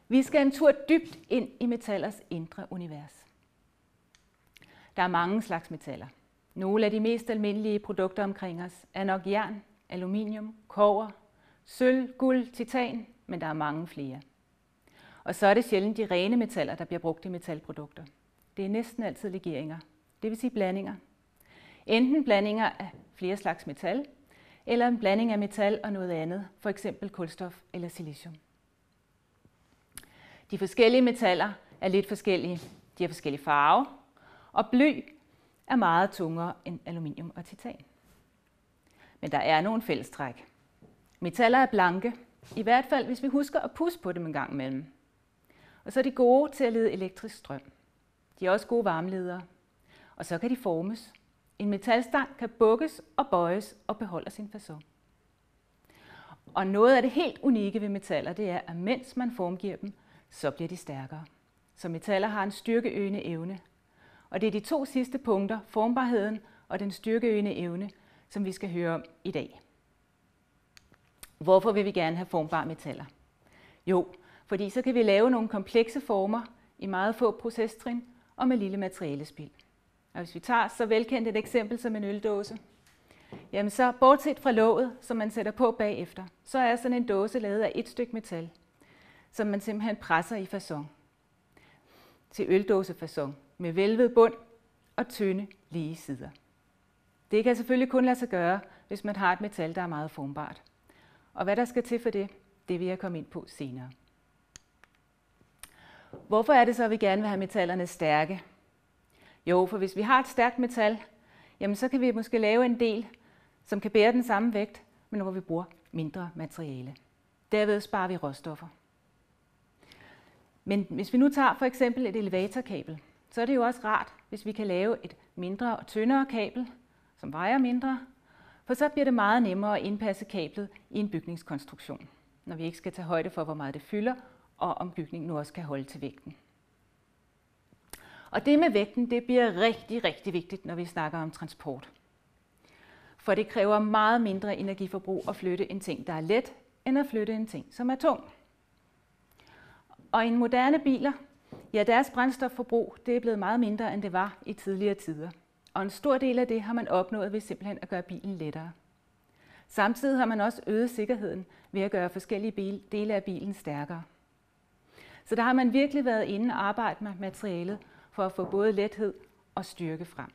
Vi skal en tur dybt ind i metallers indre univers. Der er mange slags metaller. Nogle af de mest almindelige produkter omkring os er nok jern, aluminium, kobber, sølv, guld, titan, men der er mange flere. Og så er det sjældent de rene metaller, der bliver brugt i metalprodukter. Det er næsten altid legeringer, det vil sige blandinger. Enten blandinger af flere slags metal, eller en blanding af metal og noget andet, f.eks. kulstof eller silicium. De forskellige metaller er lidt forskellige. De har forskellige farver, og bly er meget tungere end aluminium og titan. Men der er nogle fællestræk. Metaller er blanke, i hvert fald hvis vi husker at pusse på dem en gang imellem. Og så er de gode til at lede elektrisk strøm. De er også gode varmeledere. Og så kan de formes. En metalstang kan bukkes og bøjes og beholder sin facon. Og noget af det helt unikke ved metaller, det er, at mens man formgiver dem, så bliver de stærkere. Så metaller har en styrkeøgende evne. Og det er de to sidste punkter, formbarheden og den styrkeøgende evne, som vi skal høre om i dag. Hvorfor vil vi gerne have formbare metaller? Jo, fordi så kan vi lave nogle komplekse former i meget få procestrin og med lille materialespild. Og hvis vi tager så velkendt et eksempel som en øldåse, jamen så bortset fra låget, som man sætter på bagefter, så er sådan en dåse lavet af et stykke metal, som man simpelthen presser i facon til øldåsefacon med hvælvet bund og tynde lige sider. Det kan selvfølgelig kun lade sig gøre, hvis man har et metal, der er meget formbart. Og hvad der skal til for det, det vil jeg komme ind på senere. Hvorfor er det så, at vi gerne vil have metallerne stærke? Jo, for hvis vi har et stærkt metal, jamen så kan vi måske lave en del, som kan bære den samme vægt, men hvor vi bruger mindre materiale. Derved sparer vi råstoffer. Men hvis vi nu tager for eksempel et elevatorkabel, så er det jo også rart, hvis vi kan lave et mindre og tyndere kabel, som vejer mindre, for så bliver det meget nemmere at indpasse kablet i en bygningskonstruktion, når vi ikke skal tage højde for, hvor meget det fylder, og om bygningen nu også kan holde til vægten. Og det med vægten, det bliver rigtig, rigtig vigtigt, når vi snakker om transport. For det kræver meget mindre energiforbrug at flytte en ting, der er let, end at flytte en ting, som er tung. Og i moderne biler, ja, deres brændstofforbrug, det er blevet meget mindre, end det var i tidligere tider. Og en stor del af det har man opnået ved simpelthen at gøre bilen lettere. Samtidig har man også øget sikkerheden ved at gøre forskellige dele af bilen stærkere. Så der har man virkelig været inde og arbejdet med materialet for at få både lethed og styrke frem.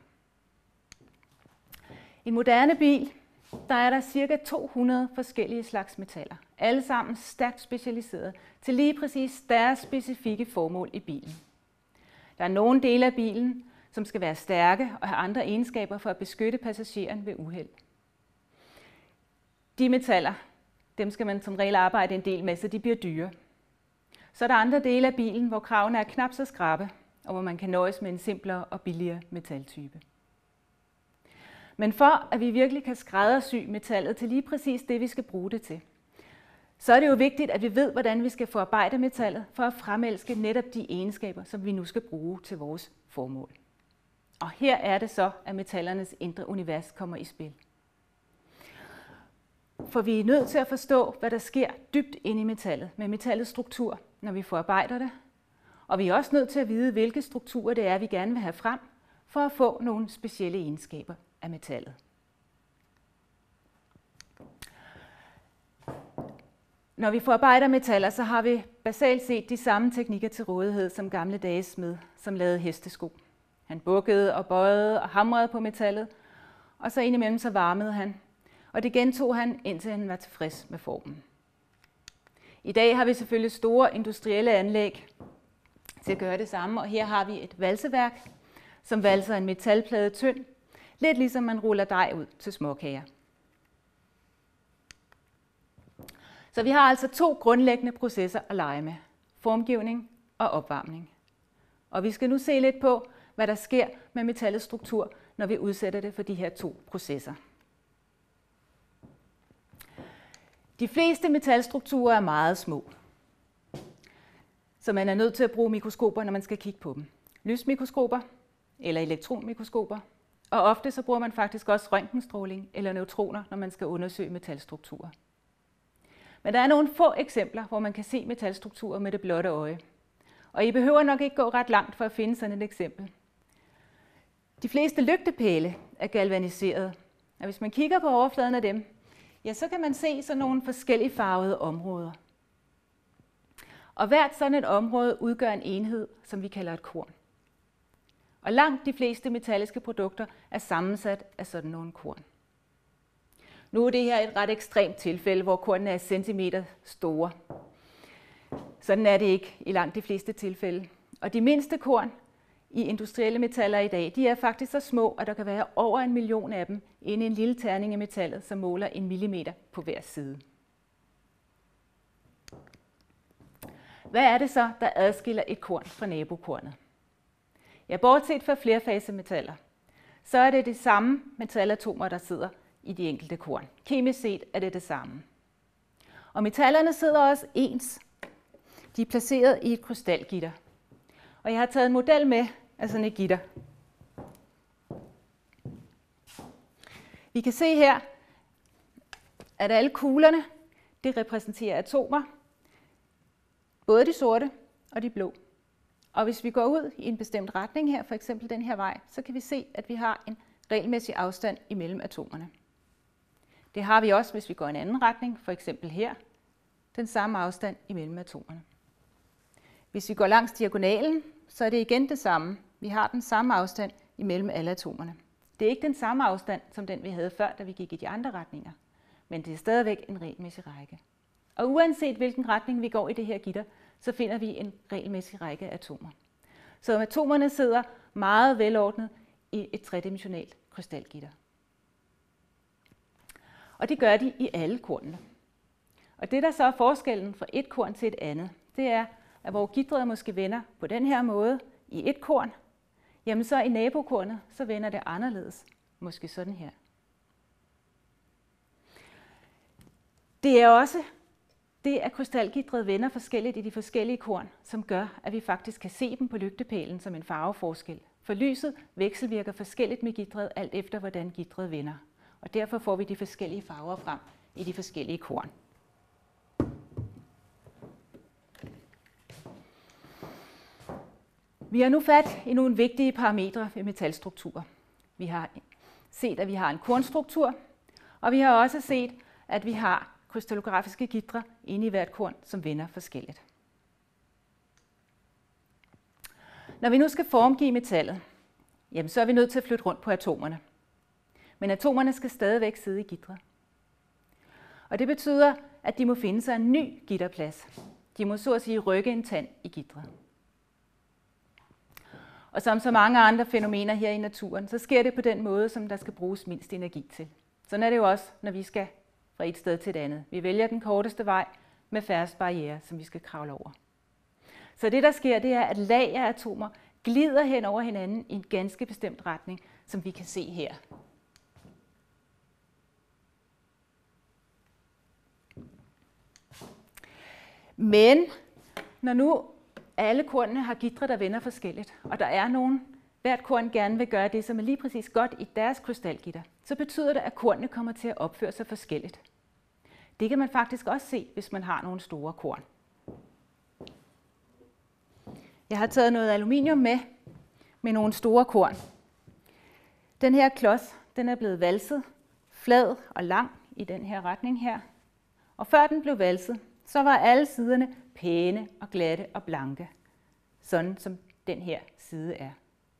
I en moderne bil, der er der ca. 200 forskellige slags metaller, alle sammen stærkt specialiseret til lige præcis deres specifikke formål i bilen. Der er nogle dele af bilen, som skal være stærke og have andre egenskaber for at beskytte passageren ved uheld. De metaller, dem skal man som regel arbejde en del med, så de bliver dyre. Så er der andre dele af bilen, hvor kravene er knap så skrappe, og hvor man kan nøjes med en simplere og billigere metaltype. Men for at vi virkelig kan skræddersy metallet til lige præcis det, vi skal bruge det til, så er det jo vigtigt, at vi ved, hvordan vi skal forarbejde metallet for at fremelske netop de egenskaber, som vi nu skal bruge til vores formål. Og her er det så, at metallernes indre univers kommer i spil. For vi er nødt til at forstå, hvad der sker dybt inde i metallet, med metallets struktur, når vi forarbejder det. Og vi er også nødt til at vide, hvilke strukturer det er, vi gerne vil have frem, for at få nogle specielle egenskaber af metallet. Når vi forarbejder metaller, så har vi basalt set de samme teknikker til rådighed som gamle dages smed, som lavede hestesko. Han bukkede og bøjede og hamrede på metallet, og så indimellem så varmede han. Og det gentog han, indtil han var tilfreds med formen. I dag har vi selvfølgelig store industrielle anlæg til at gøre det samme, og her har vi et valseværk, som valser en metalplade tynd, lidt ligesom man ruller dej ud til småkager. Så vi har altså to grundlæggende processer at lege med: formgivning og opvarmning. Og vi skal nu se lidt på, hvad der sker med metallets struktur, når vi udsætter det for de her to processer. De fleste metalstrukturer er meget små, så man er nødt til at bruge mikroskoper, når man skal kigge på dem. Lysmikroskoper eller elektronmikroskoper, og ofte så bruger man faktisk også røntgenstråling eller neutroner, når man skal undersøge metalstrukturer. Men der er nogle få eksempler, hvor man kan se metalstrukturer med det blotte øje. Og I behøver nok ikke gå ret langt for at finde sådan et eksempel. De fleste lygtepæle er galvaniseret, og hvis man kigger på overfladen af dem, ja, så kan man se sådan nogle forskellige farvede områder. Og hvert sådan et område udgør en enhed, som vi kalder et korn. Og langt de fleste metalliske produkter er sammensat af sådan nogle korn. Nu er det her et ret ekstremt tilfælde, hvor kornene er centimeter store. Sådan er det ikke i langt de fleste tilfælde. Og de mindste korn i industrielle metaller i dag, de er faktisk så små, at der kan være over 1 million af dem inde i en lille terning af metallet, som måler 1 millimeter på hver side. Hvad er det så, der adskiller et korn fra nabokornet? Ja, bortset fra flerfasemetaller, så er det de samme metalatomer, der sidder i de enkelte korn. Kemisk set er det det samme. Og metallerne sidder også ens. De er placeret i et krystalgitter. Og jeg har taget en model med af sådan et gitter. Vi kan se her, at alle kuglerne, det repræsenterer atomer. Både de sorte og de blå. Og hvis vi går ud i en bestemt retning her, for eksempel den her vej, så kan vi se, at vi har en regelmæssig afstand imellem atomerne. Det har vi også, hvis vi går i en anden retning, for eksempel her, den samme afstand imellem atomerne. Hvis vi går langs diagonalen, så er det igen det samme. Vi har den samme afstand imellem alle atomerne. Det er ikke den samme afstand, som den vi havde før, da vi gik i de andre retninger, men det er stadigvæk en regelmæssig række. Og uanset hvilken retning vi går i det her gitter, så finder vi en regelmæssig række af atomer. Så atomerne sidder meget velordnet i et tredimensionalt krystalgitter. Og det gør de i alle kornene. Og det, der så er forskellen fra et korn til et andet, det er, at hvor gitteret måske vender på den her måde i et korn, jamen så i nabokornet, så vender det anderledes, måske sådan her. Det er også det, at krystalgitteret vender forskelligt i de forskellige korn, som gør, at vi faktisk kan se dem på lygtepælen som en farveforskel. For lyset vekselvirker forskelligt med gitteret, alt efter hvordan gitteret vender. Og derfor får vi de forskellige farver frem i de forskellige korn. Vi har nu fat i nogle vigtige parametre ved metalstrukturer. Vi har set, at vi har en kornstruktur, og vi har også set, at vi har krystallografiske gitre inde i hvert korn, som vender forskelligt. Når vi nu skal formgive metallet, jamen så er vi nødt til at flytte rundt på atomerne. Men atomerne skal stadigvæk sidde i gitret. Og det betyder, at de må finde sig en ny gitterplads. De må så at sige rykke en tand i gitret. Og som så mange andre fænomener her i naturen, så sker det på den måde, som der skal bruges mindst energi til. Sådan er det jo også, når vi skal fra et sted til et andet. Vi vælger den korteste vej med færrest barrierer, som vi skal kravle over. Så det, der sker, det er, at lag af atomer glider hen over hinanden i en ganske bestemt retning, som vi kan se her. Men når nu alle kornene har gitre, der vender forskelligt, og der er nogen, hvert korn gerne vil gøre det, som er lige præcis godt i deres krystalgitter, så betyder det, at kornene kommer til at opføre sig forskelligt. Det kan man faktisk også se, hvis man har nogle store korn. Jeg har taget noget aluminium med nogle store korn. Den her klods, den er blevet valset, flad og lang i den her retning her. Og før den blev valset, så var alle siderne pæne og glatte og blanke, sådan som den her side er.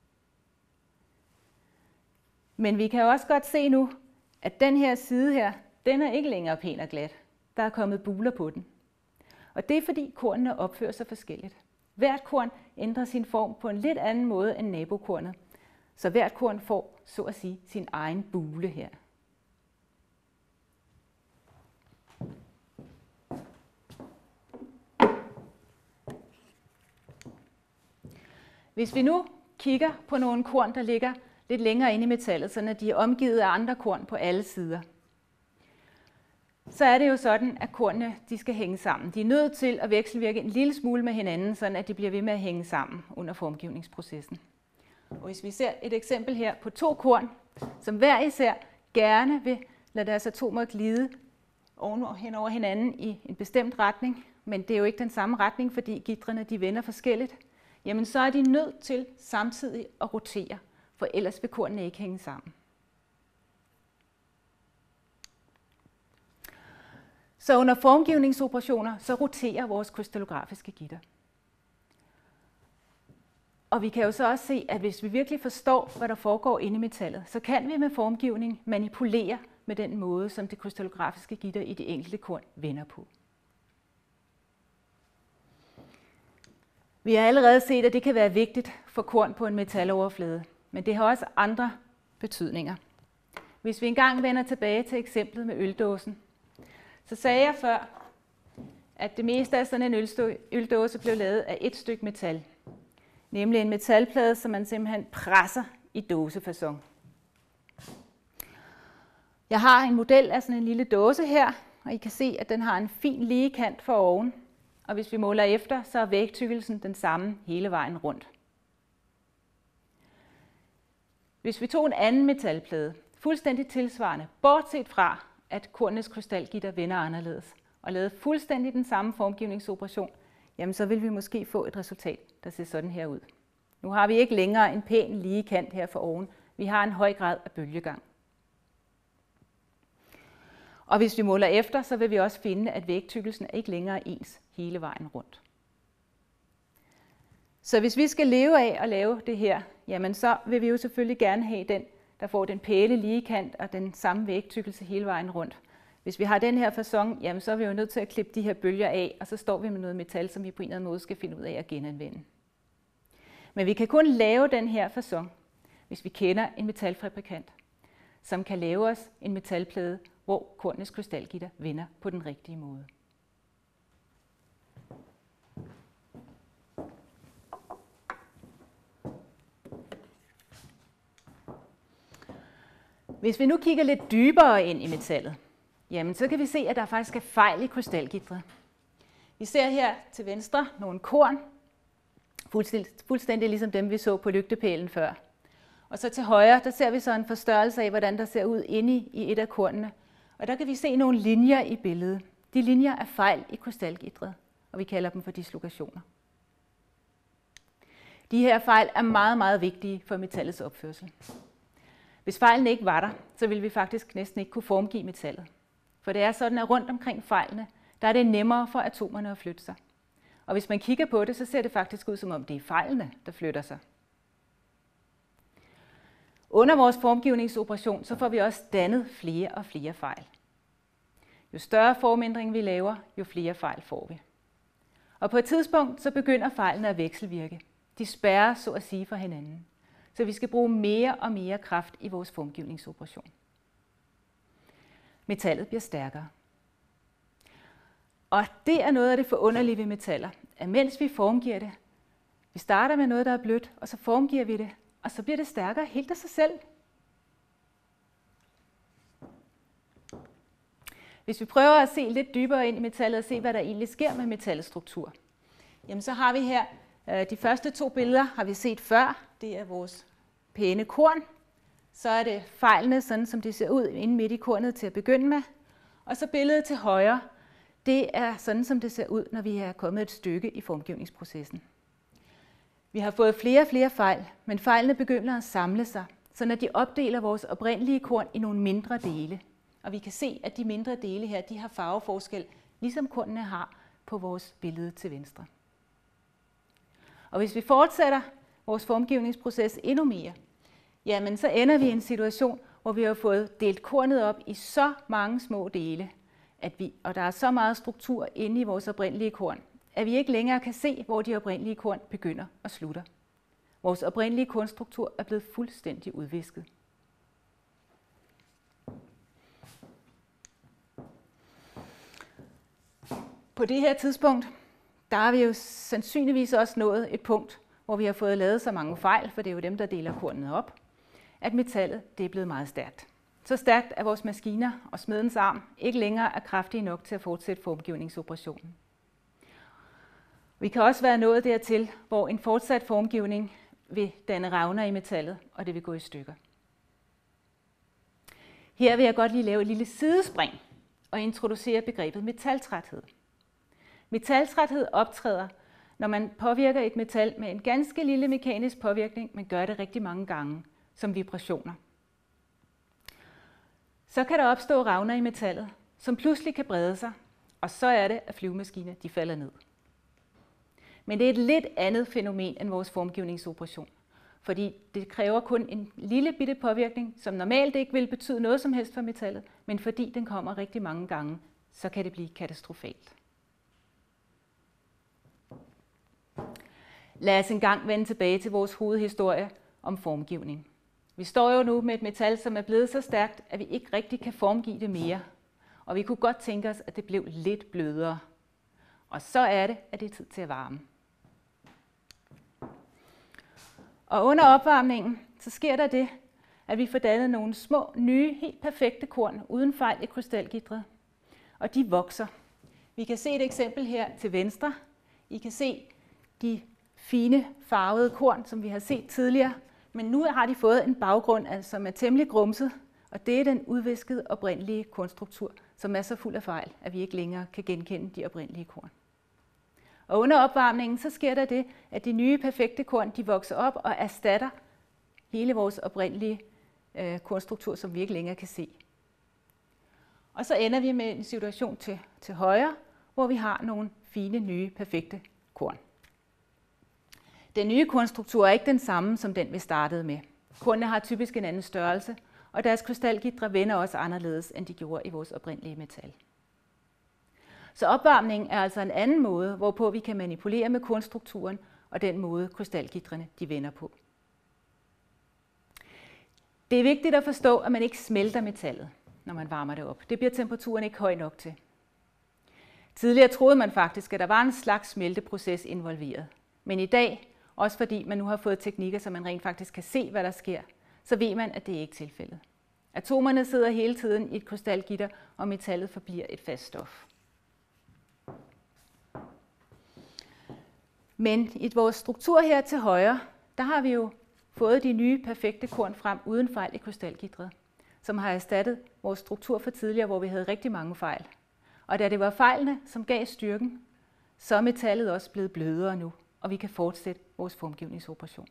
Men vi kan også godt se nu, at den her side her, den er ikke længere pæn og glat. Der er kommet buler på den. Og det er fordi kornene opfører sig forskelligt. Hvert korn ændrer sin form på en lidt anden måde end nabokornet. Så hvert korn får, så at sige, sin egen bule her. Hvis vi nu kigger på nogle korn, der ligger lidt længere inde i metallet, så de er omgivet af andre korn på alle sider, så er det jo sådan, at kornene de skal hænge sammen. De er nødt til at vekselvirke en lille smule med hinanden, sådan at de bliver ved med at hænge sammen under formgivningsprocessen. Og hvis vi ser et eksempel her på to korn, som hver især gerne vil lade deres atomer glide hen over hinanden i en bestemt retning, men det er jo ikke den samme retning, fordi gitrene de vender forskelligt, jamen så er de nødt til samtidig at rotere, for ellers vil kornene ikke hænge sammen. Så under formgivningsoperationer, så roterer vores krystallografiske gitter. Og vi kan jo så også se, at hvis vi virkelig forstår, hvad der foregår inde i metallet, så kan vi med formgivning manipulere med den måde, som det krystallografiske gitter i de enkelte korn vender på. Vi har allerede set, at det kan være vigtigt for korn på en metaloverflade, men det har også andre betydninger. Hvis vi engang vender tilbage til eksemplet med øldåsen, så sagde jeg før, at det meste af sådan en øldåse blev lavet af et stykke metal, nemlig en metalplade, som man simpelthen presser i dåsefacon. Jeg har en model af sådan en lille dåse her, og I kan se, at den har en fin lige kant for oven. Og hvis vi måler efter, så er vægtykkelsen den samme hele vejen rundt. Hvis vi tog en anden metalplade, fuldstændig tilsvarende, bortset fra, at kornenes krystalgitter vender anderledes, og lavede fuldstændig den samme formgivningsoperation, jamen så vil vi måske få et resultat, der ser sådan her ud. Nu har vi ikke længere en pæn lige kant her for oven. Vi har en høj grad af bølgegang. Og hvis vi måler efter, så vil vi også finde, at vægtykkelsen er ikke længere ens hele vejen rundt. Så hvis vi skal leve af at lave det her, jamen så vil vi jo selvfølgelig gerne have den, der får den pæle lige kant og den samme vægtykkelse hele vejen rundt. Hvis vi har den her facon, jamen så er vi jo nødt til at klippe de her bølger af, og så står vi med noget metal, som vi på en eller anden måde skal finde ud af at genanvende. Men vi kan kun lave den her facon, hvis vi kender en metalfabrikant, som kan lave os en metalplade, hvor kornenes krystalgitter vender på den rigtige måde. Hvis vi nu kigger lidt dybere ind i metallet, jamen så kan vi se, at der faktisk er fejl i krystalgitre. Vi ser her til venstre nogle korn, fuldstændig ligesom dem, vi så på lygtepælen før. Og så til højre, der ser vi så en forstørrelse af, hvordan der ser ud inde i et af kornene. Og der kan vi se nogle linjer i billedet. De linjer er fejl i krystalgitret, og vi kalder dem for dislokationer. De her fejl er meget, meget vigtige for metallets opførsel. Hvis fejlen ikke var der, så ville vi faktisk næsten ikke kunne formgive metallet. For det er sådan, at rundt omkring fejlene, der er det nemmere for atomerne at flytte sig. Og hvis man kigger på det, så ser det faktisk ud, som om det er fejlene, der flytter sig. Under vores formgivningsoperation, så får vi også dannet flere og flere fejl. Jo større formændring vi laver, jo flere fejl får vi. Og på et tidspunkt, så begynder fejlene at vekselvirke. De spærrer, så at sige, for hinanden. Så vi skal bruge mere og mere kraft i vores formgivningsoperation. Metallet bliver stærkere. Og det er noget af det forunderlige ved metaller, at mens vi formgiver det, vi starter med noget, der er blødt, og så formgiver vi det, og så bliver det stærkere helt af sig selv. Hvis vi prøver at se lidt dybere ind i metallet og se, hvad der egentlig sker med metallets struktur, jamen så har vi her de første to billeder, har vi set før. Det er vores pæne korn. Så er det fejlene, sådan som det ser ud inde midt i kornet til at begynde med. Og så billedet til højre, det er sådan, som det ser ud, når vi er kommet et stykke i formgivningsprocessen. Vi har fået flere og flere fejl, men fejlene begynder at samle sig, så når de opdeler vores oprindelige korn i nogle mindre dele. Og vi kan se, at de mindre dele her, de har farveforskel, ligesom kornene har på vores billede til venstre. Og hvis vi fortsætter vores formgivningsproces endnu mere, jamen så ender vi i en situation, hvor vi har fået delt kornet op i så mange små dele, og der er så meget struktur inde i vores oprindelige korn, at vi ikke længere kan se, hvor de oprindelige korn begynder og slutter. Vores oprindelige kornstruktur er blevet fuldstændig udvisket. På det her tidspunkt, der har vi jo sandsynligvis også nået et punkt, hvor vi har fået lavet så mange fejl, for det er jo dem, der deler kornet op, at metallet det er blevet meget stærkt. Så stærkt, at vores maskiner og smedens arm ikke længere er kraftige nok til at fortsætte formgivningsoperationen. Vi kan også være nået dertil, hvor en fortsat formgivning vil danne revner i metallet, og det vil gå i stykker. Her vil jeg godt lige lave et lille sidespring og introducere begrebet metaltræthed. Metaltræthed optræder, når man påvirker et metal med en ganske lille mekanisk påvirkning, men gør det rigtig mange gange som vibrationer. Så kan der opstå revner i metallet, som pludselig kan brede sig, og så er det, at flyvemaskiner de falder ned. Men det er et lidt andet fænomen end vores formgivningsoperation, fordi det kræver kun en lille bitte påvirkning, som normalt ikke vil betyde noget som helst for metallet, men fordi den kommer rigtig mange gange, så kan det blive katastrofalt. Lad os engang vende tilbage til vores hovedhistorie om formgivning. Vi står jo nu med et metal, som er blevet så stærkt, at vi ikke rigtig kan formgive det mere. Og vi kunne godt tænke os, at det blev lidt blødere. Og så er det, at det er tid til at varme. Og under opvarmningen, så sker der det, at vi får dannet nogle små, nye, helt perfekte korn uden fejl i krystalgitret. Og de vokser. Vi kan se et eksempel her til venstre. I kan se de fine farvede korn, som vi har set tidligere. Men nu har de fået en baggrund, som er temmelig grumset. Og det er den udviskede oprindelige kornstruktur, som er så fuld af fejl, at vi ikke længere kan genkende de oprindelige korn. Og under opvarmningen, så sker der det, at de nye perfekte korn, de vokser op og erstatter hele vores oprindelige kornstruktur, som vi ikke længere kan se. Og så ender vi med en situation til højre, hvor vi har nogle fine, nye, perfekte korn. Den nye kornstruktur er ikke den samme som den, vi startede med. Kornene har typisk en anden størrelse, og deres krystalgitre vender også anderledes, end de gjorde i vores oprindelige metal. Så opvarmning er altså en anden måde, hvorpå vi kan manipulere med kornstrukturen og den måde, krystalgitrene de vender på. Det er vigtigt at forstå, at man ikke smelter metallet, når man varmer det op. Det bliver temperaturen ikke høj nok til. Tidligere troede man faktisk, at der var en slags smelteproces involveret. Men i dag, også fordi man nu har fået teknikker, så man rent faktisk kan se, hvad der sker, så ved man, at det ikke er tilfældet. Atomerne sidder hele tiden i et krystalgitter, og metallet forbliver et fast stof. Men i vores struktur her til højre, der har vi jo fået de nye perfekte korn frem uden fejl i krystalgitret, som har erstattet vores struktur for tidligere, hvor vi havde rigtig mange fejl. Og da det var fejlene, som gav styrken, så er metallet også blevet blødere nu, og vi kan fortsætte vores formgivningsoperation.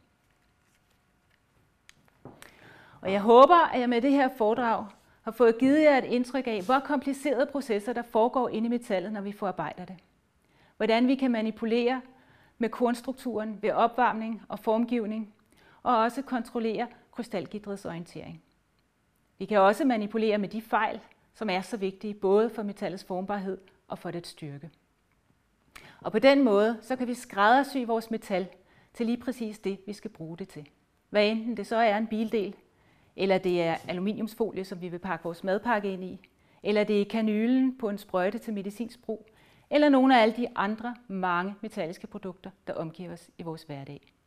Og jeg håber, at jeg med det her foredrag har fået givet jer et indtryk af, hvor komplicerede processer der foregår inde i metallet, når vi forarbejder det. Hvordan vi kan manipulere med kornstrukturen ved opvarmning og formgivning, og også kontrollere krystalgitrets orientering. Vi kan også manipulere med de fejl, som er så vigtige både for metallets formbarhed og for dets styrke. Og på den måde, så kan vi skræddersy vores metal til lige præcis det, vi skal bruge det til. Hvad enten det så er en bildel, eller det er aluminiumsfolie, som vi vil pakke vores madpakke ind i, eller det er kanylen på en sprøjte til medicinsk brug, eller nogle af alle de andre mange metalliske produkter, der omgiver os i vores hverdag.